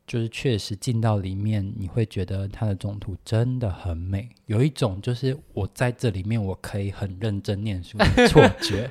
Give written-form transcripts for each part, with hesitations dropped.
就是确实进到里面你会觉得它的总图真的很美，有一种就是我在这里面我可以很认真念书的错觉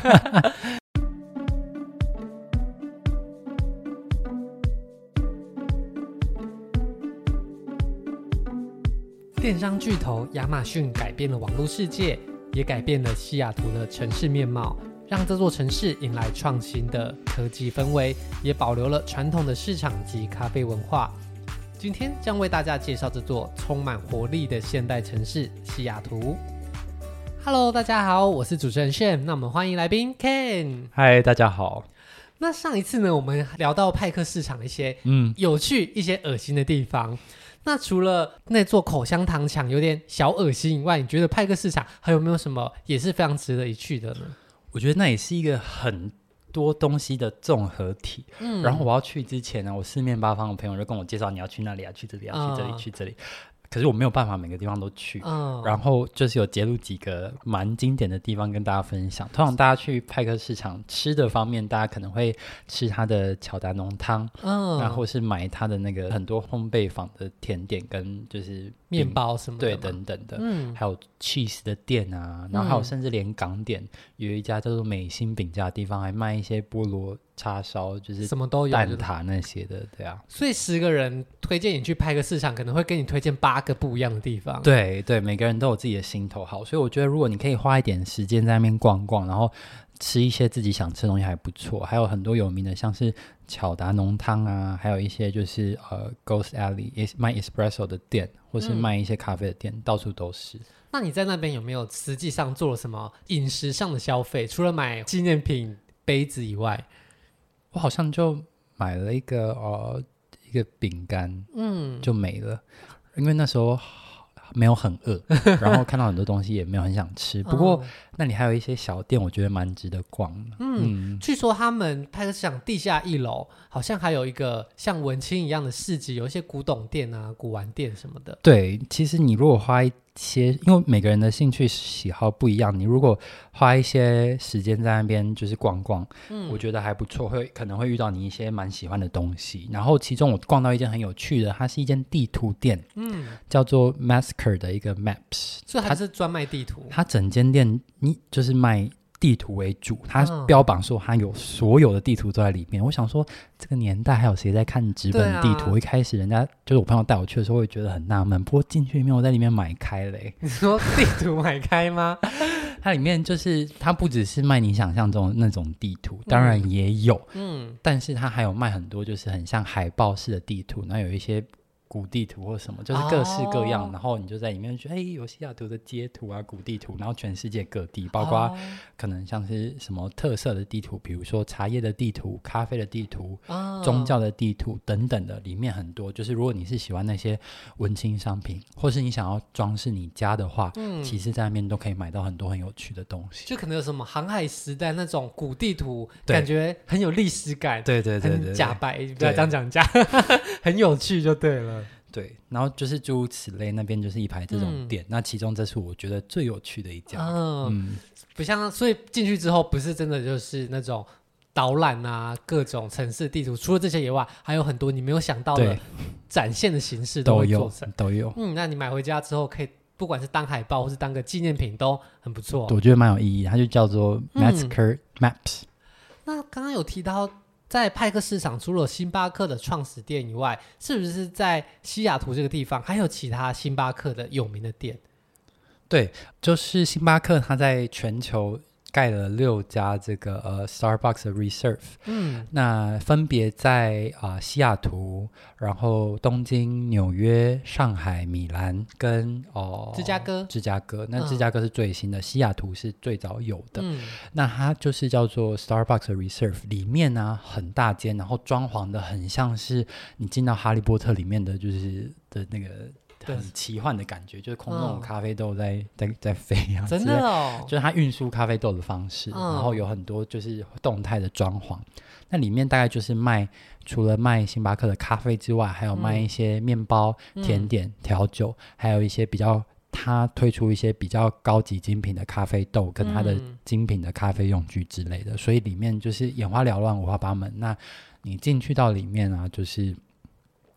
电商巨头亚马逊改变了网络世界，也改变了西雅图的城市面貌，让这座城市迎来创新的科技氛围，也保留了传统的市场及咖啡文化。今天将为大家介绍这座充满活力的现代城市西雅图。Hello， 大家好，我是主持人 Shane， 那我们欢迎来宾 Ken。 嗨，大家好。 那上一次呢，我们聊到派克市场一些有趣、一些恶心的地方。那除了那座口香糖墙有点小恶心以外，你觉得派克市场还有没有什么也是非常值得一去的呢？ 我觉得那也是一个很多东西的综合体。然后我要去之前呢，我四面八方的朋友就跟我介绍你要去那里啊，去这里啊，去这里，去这里。可是我没有办法每个地方都去，然后就是有截录几个蛮经典的地方跟大家分享。通常大家去派克市场吃的方面，大家可能会吃它的巧达浓汤，然后是买它的那个很多烘焙坊的甜点跟就是面包什么的， 对，等等的，还有 cheese 的店啊，然后还有甚至连港点有一家叫做美心饼家的地方，还卖一些菠萝叉烧，就是什么都有， 蛋挞那些的，对啊。 所以10个人推荐你去派克市场，可能会跟你推荐8个不一样的地方。 对对，每个人都有自己的心头好，所以我觉得如果你可以花一点时间在那边逛逛，然后吃一些自己想吃的东西还不错，还有很多有名的像是巧达浓汤啊，还有一些就是Ghost Alley 卖 espresso 的店，或是卖一些咖啡的店，到处都是。 那你在那边有没有实际上做了什么饮食上的消费？除了买纪念品杯子以外， 我好像就买了一个饼干，就没了，因为那时候没有很饿，然后看到很多东西也没有很想吃。不过那里还有一些小店，我觉得蛮值得逛的。 据说他们派克市场地下1楼好像还有一个像文青一样的市集，有一些古董店啊、古玩店什么的。 对，其实你如果花一些，因为每个人的兴趣喜好不一样，你如果花一些时间在那边就是逛逛，我觉得还不错，可能会遇到你一些蛮喜欢的东西。然后其中我逛到一间很有趣的，它是一间地图店，叫做 Masker 的一个 Maps， 所以它是专卖地图。 它整间店你就是卖地图为主，它标榜说它有所有的地图都在里面。我想说这个年代还有谁在看纸本地图？一开始人家就是我朋友带我去的时候会觉得很纳闷，不过进去里面我在里面买开了。 你说地图买开吗？ 它里面就是它不只是卖你想象中的那种地图，当然也有，但是它还有卖很多就是很像海报式的地图，那有一些古地图或什么，就是各式各样，然后你就在里面觉得有西雅图的街图啊、古地图，然后全世界各地，包括可能像是什么特色的地图，比如说茶叶的地图、咖啡的地图、宗教的地图等等的，里面很多。就是如果你是喜欢那些文青商品，或是你想要装饰你家的话，其实在那边都可以买到很多很有趣的东西。 就可能有什么航海时代那种古地图，感觉很有历史感， 对对对对， 很假白，不要这样讲假，很有趣就对了。 对，然后就是诸如此类，那边就是一排这种店，那其中这是我觉得最有趣的一家。 不像，所以进去之后不是真的就是那种导览啊，各种城市地图，除了这些以外，还有很多你没有想到的展现的形式都会做成， 都有。 那你买回家之后可以不管是当海报或是当个纪念品都很不错。 我觉得蛮有意义，它就叫做 Masker Maps。 那刚刚有提到在派克市场除了星巴克的创始店以外，是不是在西雅图这个地方还有其他星巴克的有名的店？ 对，就是星巴克它在全球盖了6家这个Starbucks 的 Reserve，那分别在西雅图，然后东京、纽约、上海、米兰跟芝加哥。那芝加哥是最新的，西雅图是最早有的。那它就是叫做 Starbucks 的 Reserve， 里面呢很大间，然后装潢的很像是你进到哈利波特里面的就是的那个很奇幻的感觉，就是空中有咖啡豆在飞啊， 真的哦， 就是它运输咖啡豆的方式，然后有很多就是动态的装潢。那里面大概就是除了卖星巴克的咖啡之外，还有卖一些面包、甜点、调酒，还有一些它推出一些比较高级精品的咖啡豆，跟它的精品的咖啡用具之类的，所以里面就是眼花缭乱、五花八门。那你进去到里面啊，就是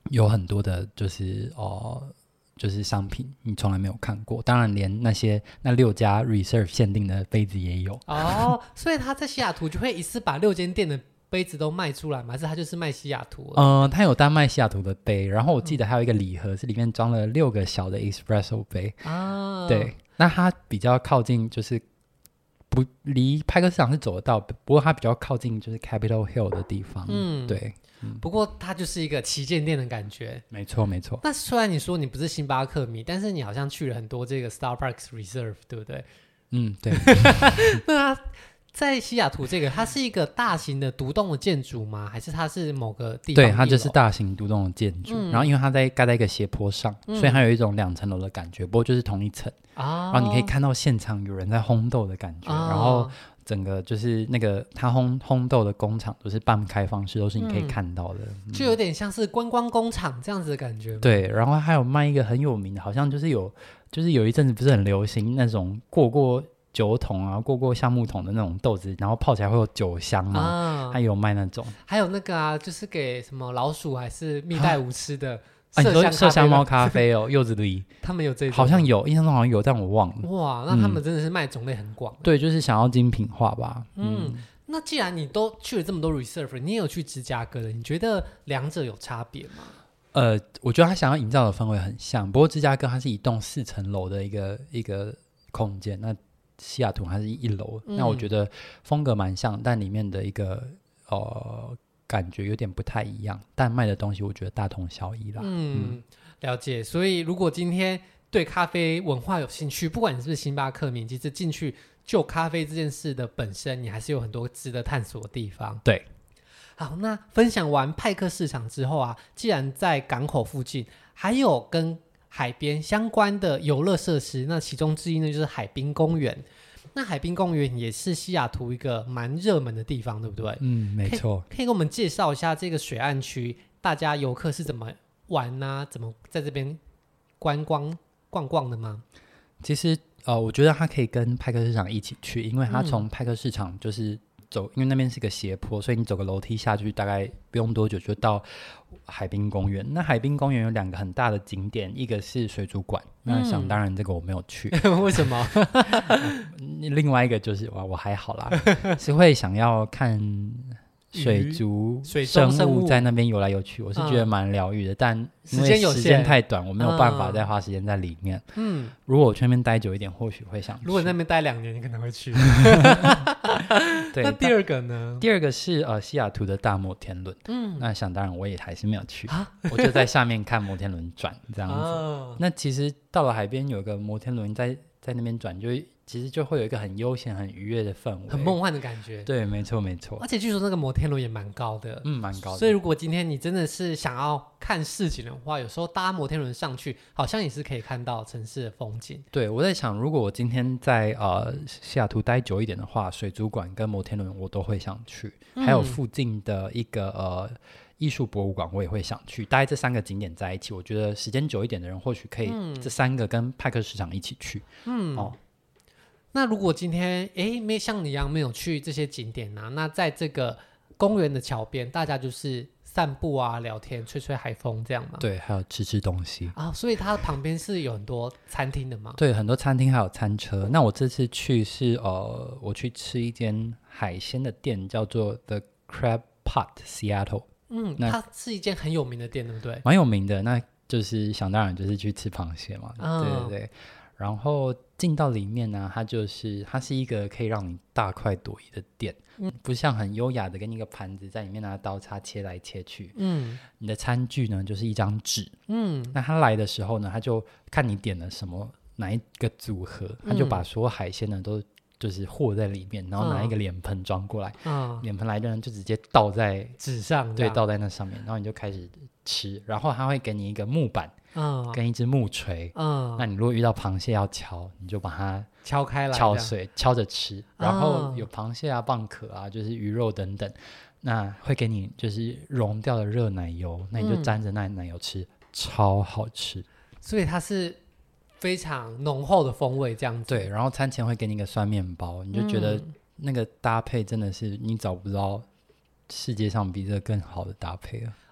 有很多的就是商品你从来没有看过，当然连那6家 Reserve 限定的杯子也有哦。所以他在西雅图就会一次把6间店的杯子都卖出来吗？还是他就是卖西雅图？ 他有单卖西雅图的杯，然后我记得还有一个礼盒是里面装了6个小的 Espresso 杯啊。对，那它比较靠近，就是不离派克市场是走得到，不过它比较靠近就是 Capitol Hill 的地方。对。 不过它就是一个旗舰店的感觉。 没错没错。 那虽然你说你不是星巴克迷，但是你好像去了很多这个 Starbucks Reserve 对不对？ 对。 那它在西雅图这个，它是一个大型的独栋的建筑吗？还是它是某个地方？ 对，它就是大型独栋的建筑，然后因为它盖在一个斜坡上，所以它有一种2层楼的感觉，不过就是同一层然后你可以看到现场有人在烘豆的感觉然后整个就是那个它烘豆的工厂都是半开放式，都是你可以看到的就有点像是观光工厂这样子的感觉。 对，然后还有卖一个很有名的，好像就是有一阵子不是很流行那种过酒桶啊，过橡木桶的那种豆子，然后泡起来会有酒香嘛它有卖那种。 还有那个就是给什么老鼠还是蜜袋鼯吃的麝香猫咖啡柚子梨他们有这种？ 好像有，印象中好像有，但我忘了。 哇，那他们真的是卖种类很广。 对，就是想要精品化吧。 那既然你都去了这么多 Reserve， 你也有去芝加哥的，你觉得2者有差别吗？ 我觉得他想要营造的氛围很像，不过芝加哥它是一栋4层楼的一个空间，那西雅图它是1楼那我觉得风格蛮像，但里面的一个感觉有点不太一样，但卖的东西我觉得大同小异啦。 了解。所以如果今天对咖啡文化有兴趣，不管你是不是星巴克迷，其实进去就咖啡这件事的本身，你还是有很多值得探索的地方。 对。 好，那分享完派克市场之后啊，既然在港口附近还有跟海边相关的游乐设施，那其中之一呢就是海滨公园。那海滨公园也是西雅图一个蛮热门的地方，对不对？ 没错。 可以给我们介绍一下这个水岸区，大家游客是怎么玩啊？怎么在这边观光逛逛的吗？ 其实我觉得它可以跟派克市场一起去，因为它从派克市场就是走，因为那边是个斜坡，所以你走个楼梯下去大概不用多久就到海滨公园。那海滨公园有2个很大的景点，一个是水族馆，那想当然这个我没有去为什么？ 另外一个就是我还好啦是会想要看水族生物在那边游来游去，我是觉得蛮疗愈的但因为时间太短我没有办法再花时间在里面如果我去那边待久一点或许会想去。 如果那边待2年你可能会去对。 那第二个呢？ 第二个是西雅图的大摩天轮那想当然我也还是没有去我就在下面看摩天轮转这样子那其实到了海边有个摩天轮在那边转，其实就会有一个很悠闲很愉悦的氛围， 很梦幻的感觉。 对，没错没错。 而且据说那个摩天轮也蛮高的蛮高的。 所以如果今天你真的是想要看市景的话，有时候搭摩天轮上去好像也是可以看到城市的风景。 对，我在想如果我今天在西雅图待久一点的话，水族馆跟摩天轮我都会想去还有附近的一个艺术博物馆我也会想去，大概这3个景点在一起，我觉得时间久一点的人或许可以这3个跟派克市场一起去那如果今天没像你一样没有去这些景点啊，那在这个公园的桥边大家就是散步啊聊天吹吹海风这样吗？ 对，还有吃东西所以它旁边是有很多餐厅的吗？ 对，很多餐厅还有餐车。那我这次去是我去吃一间海鲜的店叫做 The Crab Pot Seattle 它是一间很有名的店对不对？ 蛮有名的，那就是想当然就是去吃螃蟹嘛对对对。然后进到里面呢它是一个可以让你大快朵颐的店不像很优雅的给你一个盘子在里面拿刀叉切来切去你的餐具呢就是一张纸那他来的时候呢他就看你点了什么哪一个组合他就把所有海鲜呢都就是和在里面，然后拿一个脸盆装过来脸盆来的人就直接倒在纸上， 对，倒在那上面，然后你就开始吃，然后他会给你一个木板跟一只木锤那你如果遇到螃蟹要敲，你就把它敲开来敲碎，敲着吃然后有螃蟹啊蚌壳啊就是鱼肉等等，那会给你就是溶掉的热奶油那你就沾着那奶油吃超好吃。 所以它是非常浓厚的风味这样子。 对，然后餐前会给你一个酸面包你就觉得那个搭配真的是你找不到世界上比这个更好的搭配了。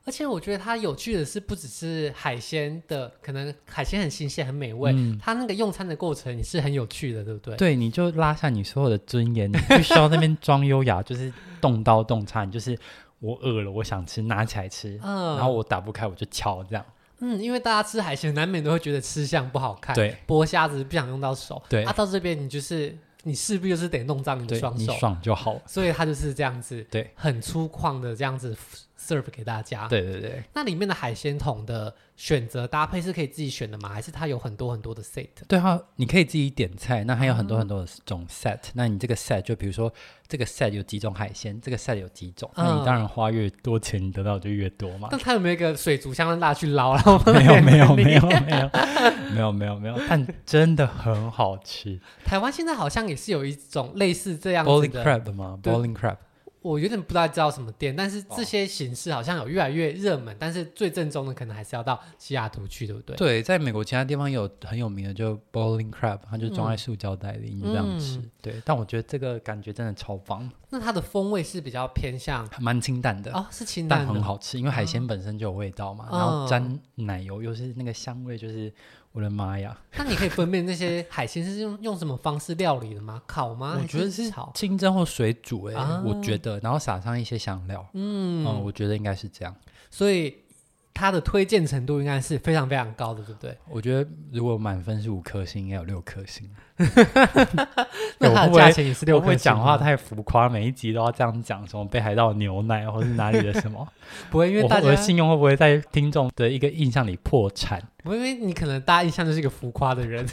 而且我觉得它有趣的是，不只是海鲜的，可能海鲜很新鲜很美味，它那个用餐的过程也是很有趣的，对不对？ 对，你就拉下你所有的尊严，你不需要那边装优雅，就是动刀动叉，你就是我饿了，我想吃，拿起来吃，然后我打不开我就敲这样。 因为大家吃海鲜难免都会觉得吃相不好看， 对， 剥虾子不想用到手， 对， 到这边你势必就是得弄脏你的双手， 你爽就好了， 所以它就是这样子， 对， 很粗犷的这样子 serve 给大家。 对对对。 那里面的海鲜桶的选择搭配是可以自己选的吗？还是它有很多很多的 set？ 对啊，你可以自己点菜，那还有很多很多的种 set，那你这个 set 就比如说这个 set 有几种海鲜，这个 set 有几种，那你当然花越多钱，你得到就越多嘛。 那它有没有一个水族箱让大家去捞？然后没有，但真的很好吃。 台湾现在好像也是有一种类似这样子的 Bowling crab 吗 ？Bowling crab。 我有点不知道什么店，但是这些形式好像有越来越热门，但是最正宗的可能还是要到西雅图去，对不对？ 对，在美国其他地方有很有名的，就 bowling crab， 它就装在塑胶袋里，你就这样吃。对，但我觉得这个感觉真的超棒。 那它的风味是比较偏向蛮清淡的是清淡的， 但很好吃，因为海鲜本身就有味道嘛，然后沾奶油又是那个香味，就是我的妈呀！ 那你可以分辨那些海鲜是用什么方式料理的吗？烤吗？ 我觉得是炒、 清蒸或水煮我觉得，然后撒上一些香料，我觉得应该是这样。 所以它的推荐程度应该是非常非常高的，对不对？ 我觉得如果满分是5颗星，应该有6颗星。 那它的价钱也是6颗星。 我会讲话太浮夸，每一集都要这样讲，什么北海道牛奶或是哪里的什么？ 不会，因为大家我的信用会不会在听众的一个印象里破产？ 不会，因为你可能大家印象就是一个浮夸的人。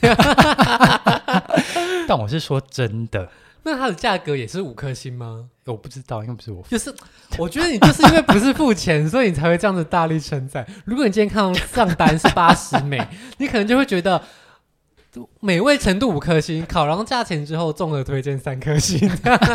但我是说真的。 那它的价格也是5颗星吗？ 我不知道，因为不是我付。 就是我觉得你就是因为不是付钱，所以你才会这样子大力称赞。如果你今天看到账单是80美，你可能就会觉得美味程度5颗星，考量价钱之后综合推荐3颗星。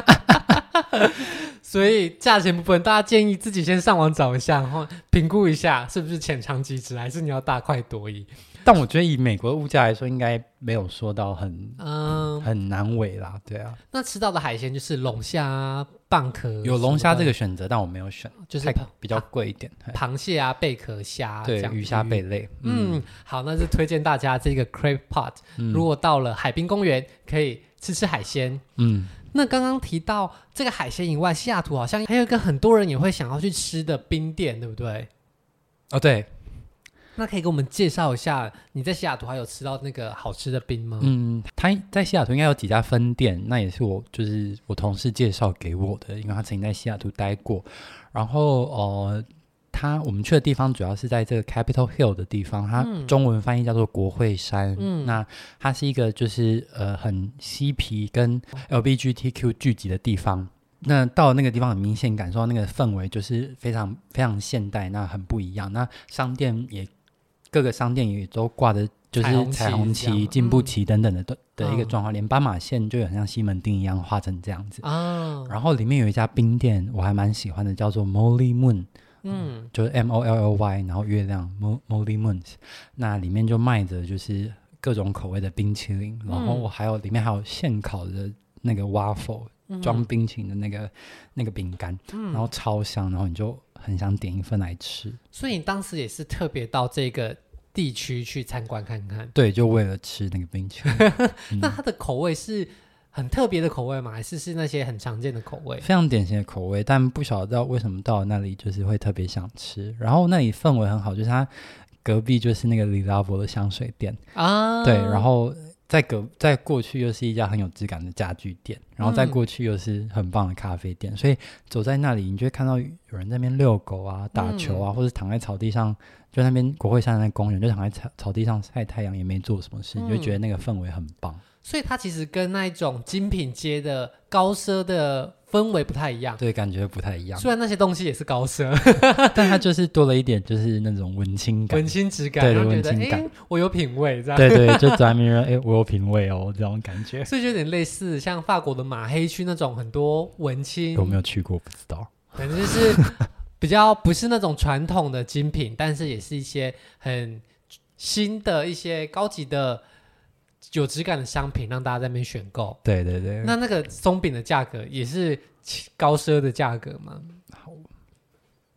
所以价钱部分，大家建议自己先上网找一下，然后评估一下是不是浅尝即止，还是你要大快朵颐。 但我觉得以美国的物价来说，应该没有说到很难为啦，对啊。 那吃到的海鲜就是龙虾啊、蚌壳， 有龙虾这个选择，但我没有选， 就是比较贵一点。 螃蟹啊、贝壳虾， 对，鱼虾贝类。 好，那是推荐大家这个 crab pot，如果到了海滨公园，可以吃吃海鲜。那刚刚提到这个海鲜以外，西雅图好像还有一个很多人也会想要去吃的冰店，对不对？ 对。 那可以给我们介绍一下，你在西雅图还有吃到那个好吃的冰吗？ 他在西雅图应该有几家分店，那也是我同事介绍给我的，因为他曾经在西雅图待过。然后我们去的地方主要是在这个 Capitol Hill 的地方，它中文翻译叫做国会山。那它是一个就是很嬉皮跟 LGBTQ 聚集的地方。那到了那个地方，很明显感受到那个氛围就是非常非常现代，那很不一样。那各个商店也都挂着就是彩虹旗、进步旗等等的一个状况，连斑马线就很像西门町一样画成这样子。然后里面有一家冰店，我还蛮喜欢的，叫做 Molly Moon。就是 MOLLY， 然后月亮 Molly Moons， 那里面就卖着就是各种口味的冰淇淋，然后里面还有现烤的那个 waffle，装冰淇淋的那个饼干，然后超香，然后你就很想点一份来吃。所以你当时也是特别到这个地区去参观看看？ 对，就为了吃那个冰淇淋。 那它的口味是很特别的口味吗？还是那些很常见的口味？ 非常典型的口味，但不晓得为什么到了那里就是会特别想吃。然后那里氛围很好，就是它隔壁就是那个 Le Labo 的香水店对，然后再过去又是一家很有质感的家具店，然后再过去又是很棒的咖啡店，所以走在那里你就会看到有人在那边遛狗啊、打球啊，或者躺在草地上，就那边国会山的公园，就躺在草地上晒太阳，也没做什么事，你就觉得那个氛围很棒。 所以它其实跟那一种精品街的高奢的氛围不太一样。 对，感觉不太一样。 虽然那些东西也是高奢， 但它就是多了一点就是那种文青感、 文青质感， 对， 然后文青感。 我有品味这样。 对对，就走在那边我有品味哦，这种感觉。 所以就有点类似像法国的马黑区那种很多文青。 有没有去过不知道。 反正就是比较不是那种传统的精品，但是也是一些很新的一些高级的有质感的商品，让大家在那边选购。 对对对。 那个松饼的价格也是高奢的价格吗？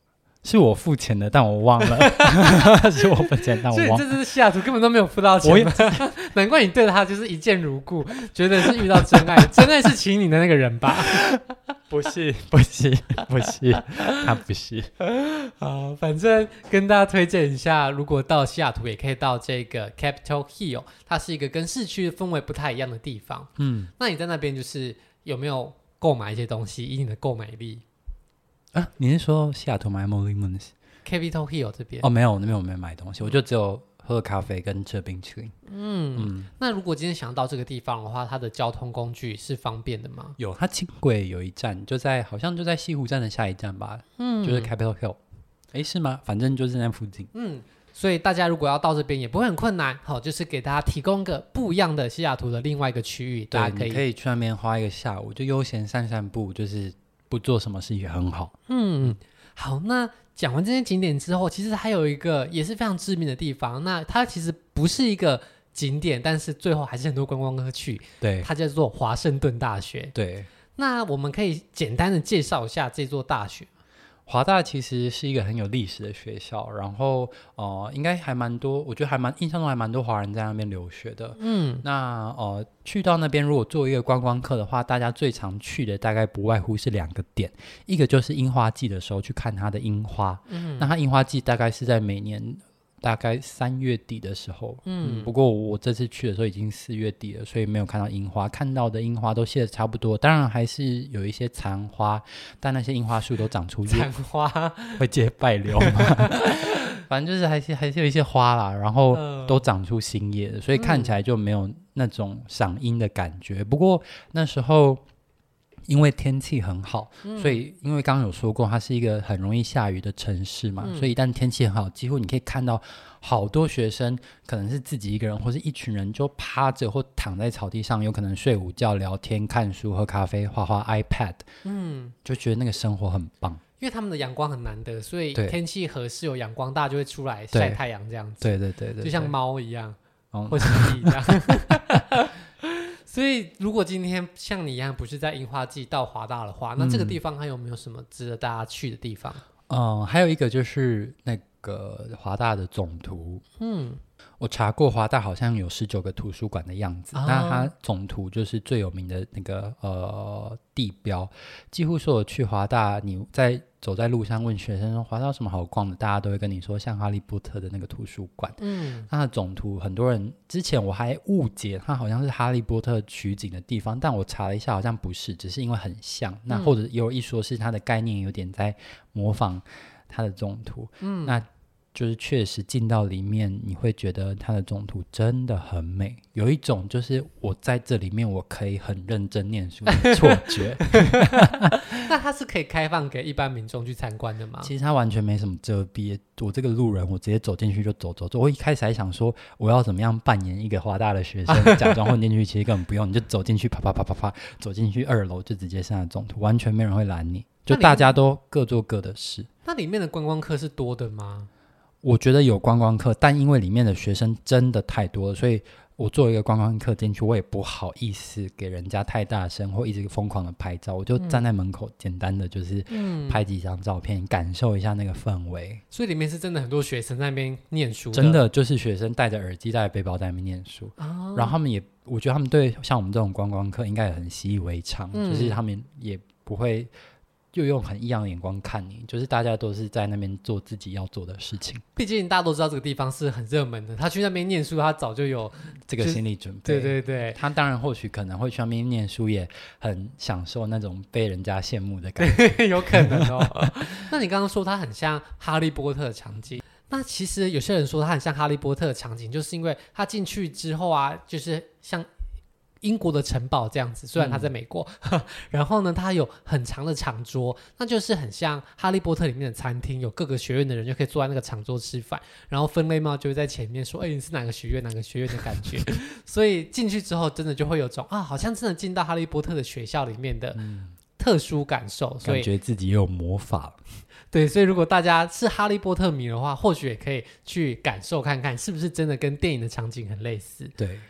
是我付钱的，但我忘了，是我付钱，但我忘了。 所以这次西雅图根本都没有付到钱，难怪你对他就是一见如故，觉得是遇到真爱，真爱是请你的那个人吧？ 不是，他不是。 好，反正跟大家推荐一下，如果到西雅图，也可以到这个 Capitol Hill， 它是一个跟市区氛围不太一样的地方。那你在那边就是有没有购买一些东西，以你的购买力？ 你是说西雅图 Miami Limons Capitol Hill 这边？ 没有，那边我没买东西，我就只有喝咖啡跟吃冰淇淋。 那如果今天想到这个地方的话，它的交通工具是方便的吗？ 有，它轻轨有一站，好像就在西湖站的下一站吧，就是 Capitol Hill。是吗？反正就是在附近。 所以大家如果要到这边也不会很困难，就是给大家提供个不一样的西雅图的另外一个区域，大家你可以去那边花一个下午，就悠闲散散步，就是不做什么事也很好。 好，那讲完这些景点之后，其实还有一个也是非常知名的地方，那它其实不是一个景点，但是最后还是很多观光客去。 对， 它叫做华盛顿大学。 对， 那我们可以简单的介绍一下这座大学。 华大其实是一个很有历史的学校，然后应该还蛮多，我觉得印象中还蛮多华人在那边留学的。那去到那边如果作为一个观光客的话，大家最常去的大概不外乎是2个点，一个就是樱花季的时候去看它的樱花。那它樱花季大概是在每年大概3月底的时候。不过我这次去的时候已经4月底了，所以没有看到樱花，看到的樱花都谢得差不多，当然还是有一些残花，但那些樱花树都长出残花会接败柳嘛反正就是还是有一些花啦，然后都长出新叶的，所以看起来就没有那种赏樱的感觉。不过那时候因为天气很好，所以因为刚刚有说过它是一个很容易下雨的城市嘛，所以一旦天气很好，几乎你可以看到好多学生可能是自己一个人或是一群人就趴着或躺在草地上，有可能睡午觉、聊天、看书、喝咖啡、画画 iPad。就觉得那个生活很棒， 因为他们的阳光很难得，所以天气合适有阳光，大家就会出来晒太阳这样子。 对， 就像猫一样，或蜥蜴一样所以如果今天像你一样不是在樱花季到华大的话，那这个地方还有没有什么值得大家去的地方？ 还有一个就是那个华大的总图。我查过华大好像有19个图书馆的样子，那它总图就是最有名的那个地标，几乎所有去华大你走在路上问学生说华大有什么好逛的，大家都会跟你说像哈利波特的那个图书馆。那它的总图很多人之前我还误解它好像是哈利波特取景的地方，但我查了一下好像不是，只是因为很像，那或者也有一说是它的概念有点在模仿它的总图。那就是确实进到里面你会觉得它的总图真的很美，有一种就是我在这里面我可以很认真念书的错觉那它是可以开放给一般民众去参观的吗？ 其实它完全没什么遮蔽，我这个路人我直接走进去就走，我一开始还想说我要怎么样扮演一个华大的学生假装混进去，其实根本不用，你就走进去啪啪啪啪啪走进去2楼就直接上了总图，完全没人会拦你，就大家都各做各的事。 那里面的观光客是多的吗？ 我觉得有观光客，但因为里面的学生真的太多了，所以我作为一个观光客进去，我也不好意思给人家太大声或一直疯狂的拍照，我就站在门口简单的就是拍几张照片，感受一下那个氛围。 所以里面是真的很多学生在那边念书的， 真的就是学生戴着耳机带着背包在那边念书。然后他们也，我觉得他们对像我们这种观光客应该也很习以为常，就是他们也不会就用很异样的眼光看你，就是大家都是在那边做自己要做的事情。 毕竟大家都知道这个地方是很热门的，他去那边念书他早就有这个心理准备。 对， 他当然或许可能会去那边念书也很享受那种被人家羡慕的感觉有可能哦那你刚刚说他很像哈利波特的场景，那其实有些人说他很像哈利波特的场景，就是因为他进去之后啊，就是像英国的城堡这样子，虽然他在美国然后呢他有很长的长桌，那就是很像哈利波特里面的餐厅，有各个学院的人就可以坐在那个长桌吃饭，然后分类帽就会在前面说你是哪个学院哪个学院的感觉所以进去之后真的就会有种好像真的进到哈利波特的学校里面的特殊感受，所以感觉自己也有魔法了。 对，所以如果大家是哈利波特迷的话，或许也可以去感受看看是不是真的跟电影的场景很类似。 对，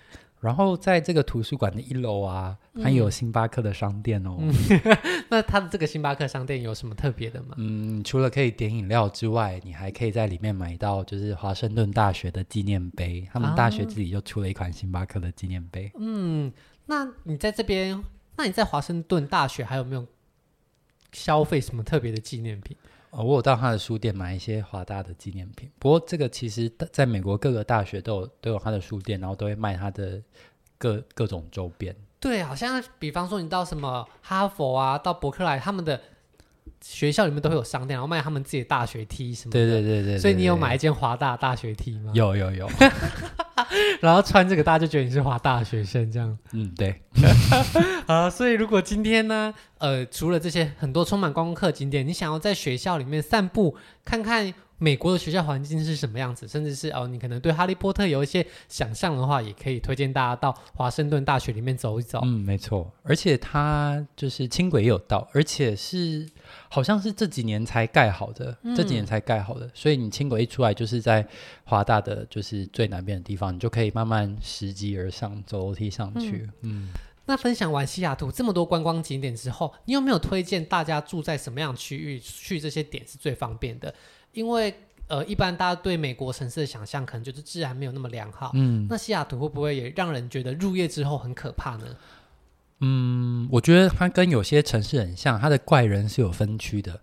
然后在这个图书馆的1楼啊，还有星巴克的商店哦。 那它的这个星巴克商店有什么特别的吗？ 除了可以点饮料之外，你还可以在里面买到就是华盛顿大学的纪念碑，他们大学自己就出了一款星巴克的纪念碑。 那你在这边，那你在华盛顿大学还有没有消费什么特别的纪念品？ 我有到他的书店买一些华大的纪念品，不过这个其实在美国各个大学都有他的书店，然后都会卖他的各种周边。 对，好像比方说你到什么哈佛啊，到伯克莱，他们的学校里面都会有商店，然后卖他们自己的大学 T 什么的。 对， 所以你有买一件华大大学 T 吗？ 有然后穿这个大家就觉得你是华大的学生这样。 对。 所以如果今天呢除了这些很多充满观光客景点，你想要在学校里面散步看看美国的学校环境是什么样子，甚至是你可能对哈利波特有一些想象的话，也可以推荐大家到华盛顿大学里面走一走。 没错，而且它就是轻轨也有到，而且是好像是这几年才盖好的，所以你轻轨一出来就是在华大的就是最南边的地方，你就可以慢慢拾级而上，走楼梯上去。 那分享完西雅图这么多观光景点之后，你有没有推荐大家住在什么样的区域，去这些点是最方便的？因为一般大家对美国城市的想象可能就是治安没有那么良好，那西雅图会不会也让人觉得入夜之后很可怕呢？ 我觉得它跟有些城市很像，它的怪人是有分区的。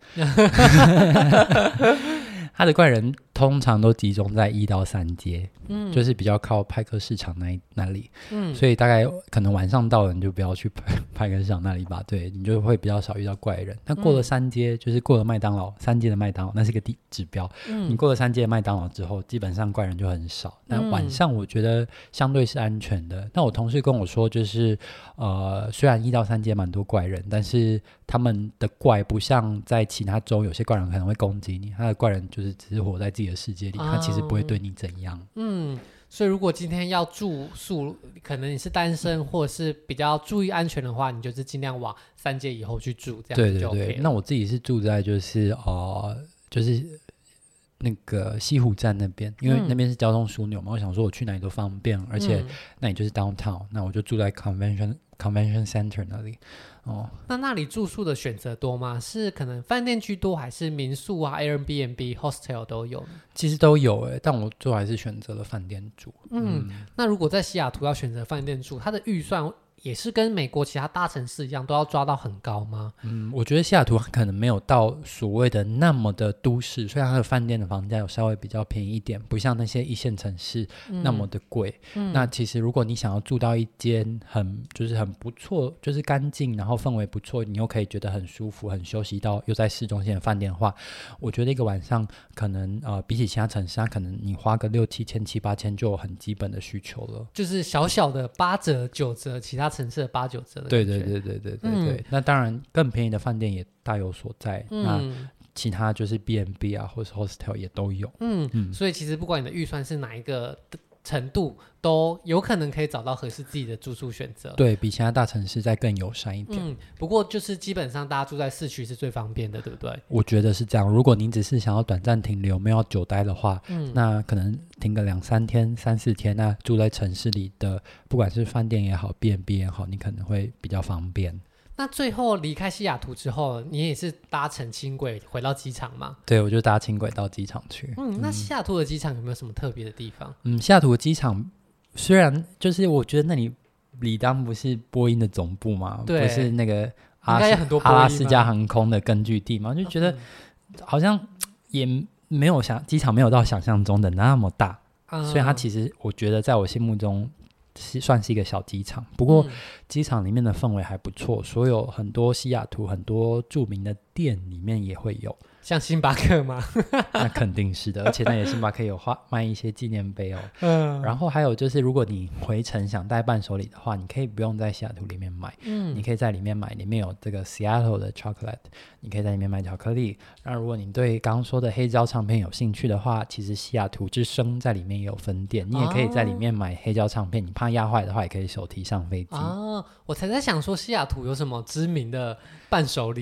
它的怪人通常都集中在1到3街，就是比较靠派克市场那里，所以大概可能晚上到了你就不要去派克市场那里吧，对，你就会比较少遇到怪人。但过了3街，就是过了麦当劳3街的麦当劳，那是一个指标，你过了3街的麦当劳之后，基本上怪人就很少。但晚上我觉得相对是安全的。但我同事跟我说，就是虽然1到3街蛮多怪人，但是他们的怪不像在其他州有些怪人可能会攻击你，他的怪人就是只是活在自己的世界里，他其实不会对你怎样。 所以如果今天要住宿，可能你是单身或者是比较注意安全的话，你就是尽量往3街以后去住，这样就 OK 了。对， 那我自己是住在就是那个西湖站那边，因为那边是交通枢纽嘛，我想说我去哪里都方便，而且那里就是 downtown，那我就住在 convention center 那里。 那里住宿的选择多吗？是可能饭店居多，还是民宿啊 Airbnb、hostel 都有呢？ 其实都有但我最后还是选择了饭店住。 那如果在西雅图要选择饭店住，它的预算也是跟美国其他大城市一样，都要抓到很高吗？ 我觉得西雅图可能没有到所谓的那么的都市，所以它的饭店的房价有稍微比较便宜一点，不像那些一线城市那么的贵。那其实如果你想要住到一间很不错，就是干净，然后氛围不错，你又可以觉得很舒服、很休息到又在市中心的饭店的话，我觉得一个晚上可能比起其他城市，它可能你花个6、7千、7、8千就有很基本的需求了， 就是小小的8折、9折，其他城市的8、9折的感觉。 对。那当然更便宜的饭店也大有所在，那其他就是 B&B 啊或是 hostel 也都有。 所以其实不管你的预算是哪一个程度，都有可能可以找到合适自己的住宿选择， 对，比其他大城市再更友善一点。 不过就是基本上大家住在市区是最方便的，对不对？ 我觉得是这样。如果您只是想要短暂停留，没有要久待的话，那可能停个2、3天、3、4天，那住在城市里的不管是饭店也好 B&B 也好，你可能会比较方便。 那最后离开西雅图之后，你也是搭乘轻轨回到机场吗？ 对，我就搭轻轨到机场去。 那西雅图的机场有没有什么特别的地方？ 西雅图的机场虽然就是我觉得那里理当不是波音的总部嘛，不是那个阿拉斯加航空的根据地嘛，就觉得好像也没有机场没有到想象中的那么大，所以它其实我觉得在我心目中算是一个小机场，不过机场里面的氛围还不错，所有很多西雅图很多著名的店里面也会有， 像星巴克吗？ 那肯定是的，而且那也星巴克有卖一些纪念碑然后还有就是如果你回程想带伴手礼的话，你可以不用在西雅图里面买，你可以在里面买，里面有这个 Seattle 的 chocolate， 你可以在里面买巧克力。那如果你对刚刚说的黑胶唱片有兴趣的话，其实西雅图之声在里面也有分店，你也可以在里面买黑胶唱片，你怕压坏的话也可以手提上飞机。 我才在想说西雅图有什么知名的伴手礼。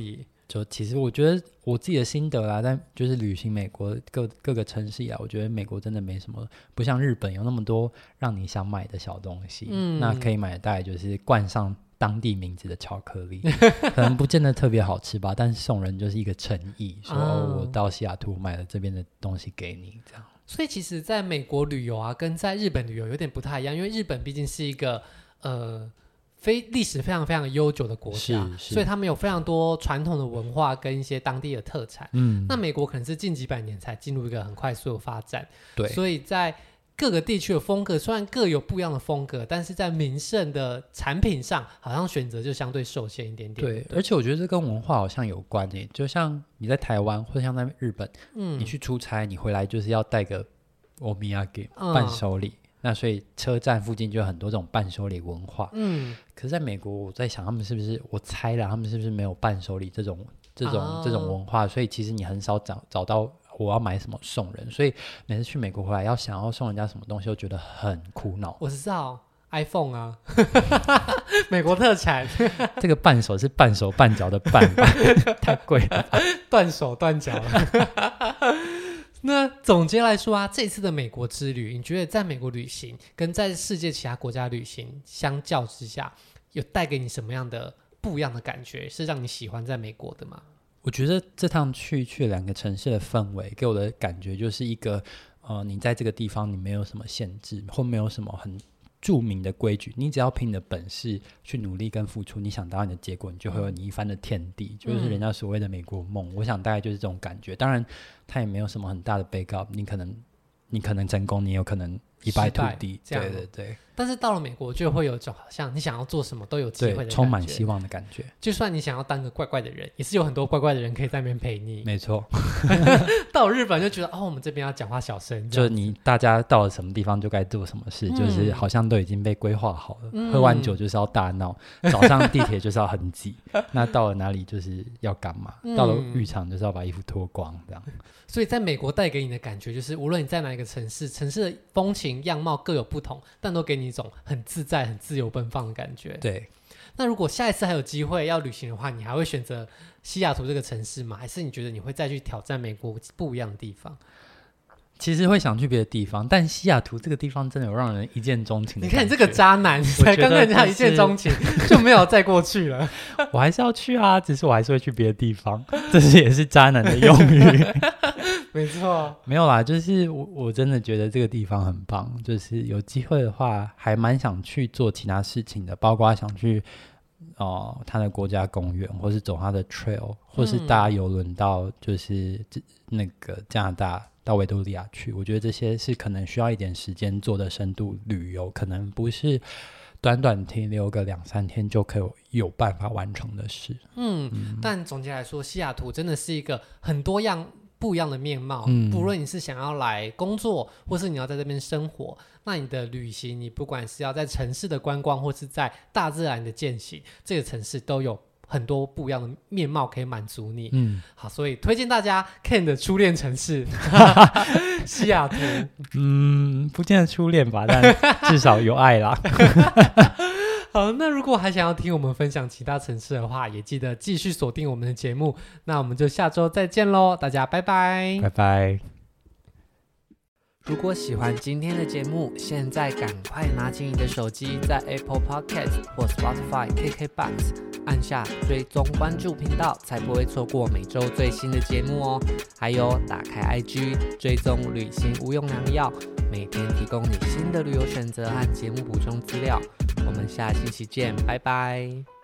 就其实我觉得我自己的心得啦，但就是旅行美国各个城市以来，我觉得美国真的没什么，不像日本有那么多让你想买的小东西。那可以买的大概就是冠上当地名字的巧克力，可能不见得特别好吃吧，但是送人就是一个诚意，说我到西雅图买了这边的东西给你，这样。 所以其实在美国旅游啊，跟在日本旅游有点不太一样，因为日本毕竟是一个历史非常非常悠久的国家，所以他们有非常多传统的文化跟一些当地的特产。那美国可能是近几百年才进入一个很快速的发展，对，所以在各个地区的风格虽然各有不一样的风格，但是在名胜的产品上好像选择就相对受限一点点。 对，而且我觉得这跟文化好像有关耶，就像你在台湾或者像在日本，你去出差你回来就是要带个おみやげ伴手礼，那所以车站附近就有很多这种伴手礼文化。可是在美国我在想他们是不是，我猜啦，他们是不是没有伴手礼这种文化，所以其实你很少找到我要买什么送人，所以每次去美国回来想要送人家什么东西都觉得很苦恼。 我知道 iPhone 啊美国特产这个半手是半手半脚的半吧太贵了吧， 断手断脚了那总结来说啊，这次的美国之旅，你觉得在美国旅行跟在世界其他国家旅行相较之下，有带给你什么样的不一样的感觉，是让你喜欢在美国的吗？ 我觉得这趟去两个城市的氛围给我的感觉就是一个你在这个地方你没有什么限制，或没有什么很著名的规矩，你只要凭你的本事去努力跟付出，你想达到你的结果，你就会有你一番的天地，就是人家所谓的美国梦。我想大概就是这种感觉，当然它也没有什么很大的背靠，你可能成功，你有可能一败涂地，对对对。 但是到了美国就会有一种好像你想要做什么都有机会的感觉， 充满希望的感觉。 就算你想要当个怪怪的人，也是有很多怪怪的人可以在那边陪你。 没错到了日本就觉得我们这边要讲话小声， 就大家到了什么地方就该做什么事，就是好像都已经被规划好了。喝完酒就是要大闹，早上地铁就是要很挤那到了哪里就是要干嘛，到了浴场就是要把衣服脱光这样。 所以在美国带给你的感觉就是无论你在哪一个城市的风情样貌各有不同，但都给你一种很自在很自由奔放的感觉。 对， 那如果下一次还有机会要旅行的话，你还会选择西雅图这个城市吗？还是你觉得你会再去挑战美国不一样的地方？ 其实会想去别的地方，但西雅图这个地方真的有让人一见钟情的感觉。 你看你这个渣男，才刚跟人家一见钟情就没有再过去了我还是要去啊，只是我还是会去别的地方，这也是渣男的用语没错， 没有啦，就是我真的觉得这个地方很棒，就是有机会的话还蛮想去做其他事情的，包括想去他的国家公园，或是走他的 trail， 或是搭邮轮到就是那个加拿大到维多利亚去。我觉得这些是可能需要一点时间做的深度旅游，可能不是短短停留个2-3天就可以有办法完成的事。 但总结来说，西雅图真的是一个很多样不一样的面貌，不论你是想要来工作或是你要在这边生活，那你的旅行你不管是要在城市的观光或是在大自然的践行，这个城市都有很多不一样的面貌可以满足你。好，所以推荐大家 Ken 的初恋城市西雅图。 不见得初恋吧，但至少有爱啦好，那如果还想要听我们分享其他城市的话，也记得继续锁定我们的节目。那我们就下周再见咯，大家拜拜拜拜。 如果喜欢今天的节目，现在赶快拿起你的手机，在 Apple Podcast 或 Spotify、KKBox 按下追踪关注频道，才不会错过每周最新的节目哦。还有打开 IG 追踪旅行无用良药，每天提供你新的旅游选择和节目补充资料。我们下星期见，拜拜。